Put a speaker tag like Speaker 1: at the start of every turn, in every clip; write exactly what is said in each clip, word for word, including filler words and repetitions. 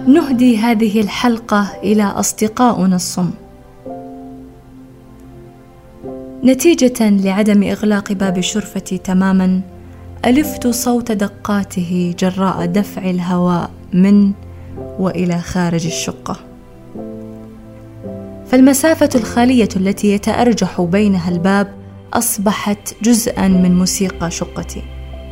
Speaker 1: نهدي هذه الحلقة إلى أصدقاؤنا الصم. نتيجة لعدم إغلاق باب شرفتي تماما، ألفت صوت دقاته جراء دفع الهواء من وإلى خارج الشقة. فالمسافة الخالية التي يتأرجح بينها الباب أصبحت جزءا من موسيقى شقتي.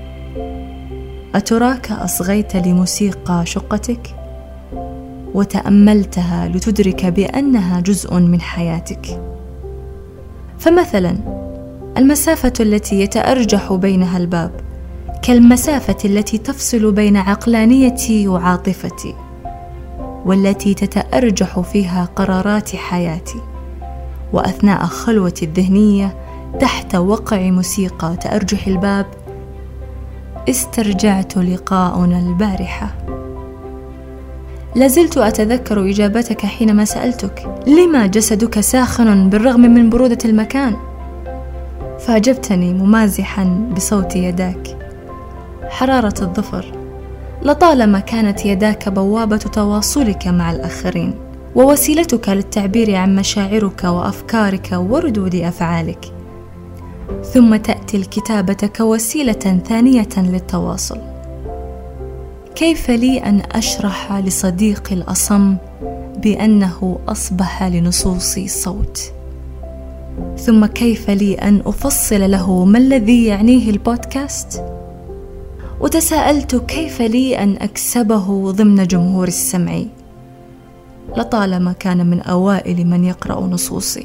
Speaker 1: أتراك أصغيت لموسيقى شقتك وتأملتها لتدرك بأنها جزء من حياتك؟ فمثلا المسافة التي يتأرجح بينها الباب كالمسافة التي تفصل بين عقلانيتي وعاطفتي، والتي تتأرجح فيها قرارات حياتي. وأثناء خلوتي الذهنية تحت وقع موسيقى تأرجح الباب استرجعت لقاءنا البارحة. لازلت أتذكر إجابتك حينما سألتك: لما جسدك ساخن بالرغم من برودة المكان؟ فأجبتني ممازحا بصوت يداك: حرارة الظفر. لطالما كانت يداك بوابة تواصلك مع الآخرين ووسيلتك للتعبير عن مشاعرك وأفكارك وردود أفعالك، ثم تأتي الكتابة كوسيلة ثانية للتواصل. كيف لي أن أشرح لصديقي الأصم بأنه أصبح لنصوصي صوت؟ ثم كيف لي أن أفصل له ما الذي يعنيه البودكاست؟ وتساءلت كيف لي أن أكسبه ضمن جمهور السمعي، لطالما كان من أوائل من يقرأ نصوصي.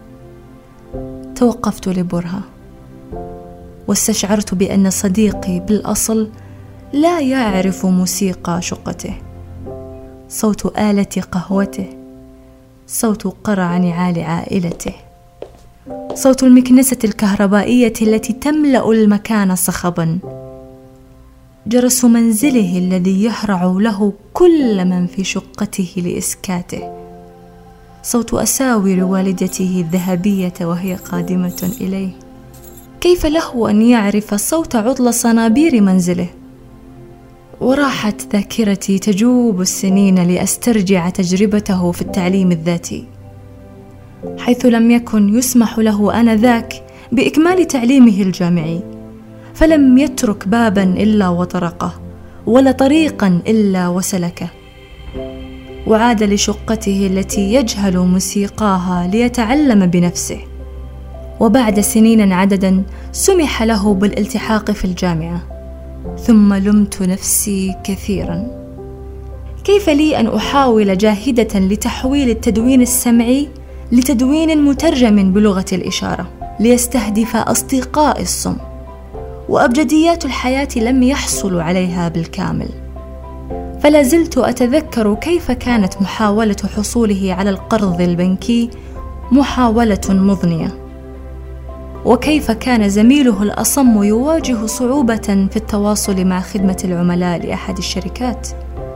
Speaker 1: توقفت لبرهة واستشعرت بأن صديقي بالأصل لا يعرف موسيقى شقته، صوت آلة قهوته، صوت قرع نعال عائلته، صوت المكنسة الكهربائية التي تملأ المكان صخبا، جرس منزله الذي يهرع له كل من في شقته لإسكاته، صوت أساور والدته الذهبية وهي قادمة إليه. كيف له أن يعرف صوت عطل صنابير منزله؟ وراحت ذاكرتي تجوب السنين لأسترجع تجربته في التعليم الذاتي، حيث لم يكن يسمح له آنذاك بإكمال تعليمه الجامعي، فلم يترك بابا إلا وطرقه ولا طريقا إلا وسلكه، وعاد لشقته التي يجهل موسيقاها ليتعلم بنفسه. وبعد سنين عددا سمح له بالالتحاق في الجامعة، ثم لمت نفسي كثيرا: كيف لي أن أحاول جاهدة لتحويل التدوين السمعي لتدوين مترجم بلغة الإشارة ليستهدف أصدقاء الصم، وأبجديات الحياة لم يحصلوا عليها بالكامل. فلا زلت أتذكر كيف كانت محاولة حصوله على القرض البنكي محاولة مضنية، وكيف كان زميله الأصم يواجه صعوبة في التواصل مع خدمة العملاء لأحد الشركات.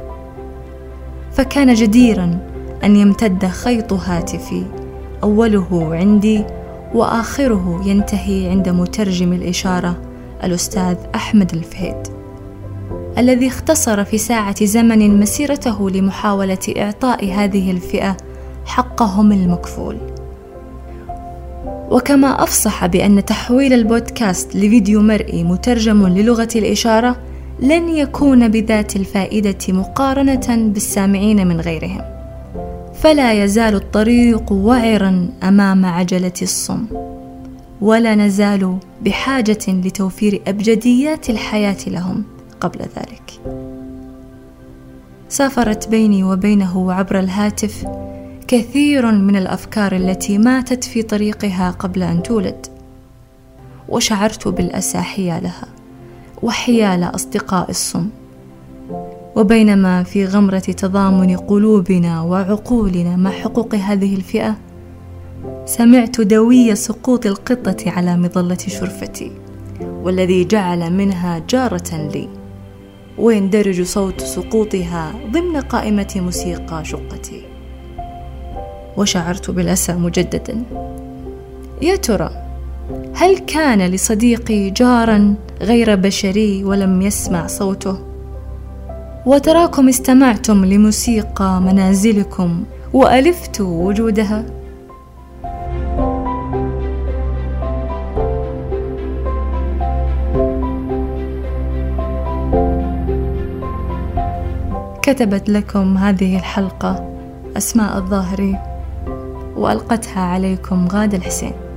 Speaker 1: فكان جديرا أن يمتد خيط هاتفي، أوله عندي وآخره ينتهي عند مترجم الإشارة الأستاذ أحمد الفهيد، الذي اختصر في ساعة زمن مسيرته لمحاولة إعطاء هذه الفئة حقهم المكفول. وكما أفصح بأن تحويل البودكاست لفيديو مرئي مترجم للغة الإشارة لن يكون بذات الفائدة مقارنة بالسامعين من غيرهم، فلا يزال الطريق وعرا أمام عجلة الصم، ولا نزال بحاجة لتوفير أبجديات الحياة لهم قبل ذلك. سافرت بيني وبينه عبر الهاتف كثير من الأفكار التي ماتت في طريقها قبل أن تولد، وشعرت بالأسى حيالها وحيال أصدقاء الصم. وبينما في غمرة تضامن قلوبنا وعقولنا مع حقوق هذه الفئة، سمعت دوي سقوط القطة على مظلة شرفتي، والذي جعل منها جارة لي، ويندرج صوت سقوطها ضمن قائمة موسيقى شقتي. وشعرت بالأسى مجددا. يا ترى هل كان لصديقي جارا غير بشري ولم يسمع صوته؟ وتراكم استمعتم لموسيقى منازلكم وألفتوا وجودها. كتبت لكم هذه الحلقة أسماء الظاهري، وألقتها عليكم غادة الحسين.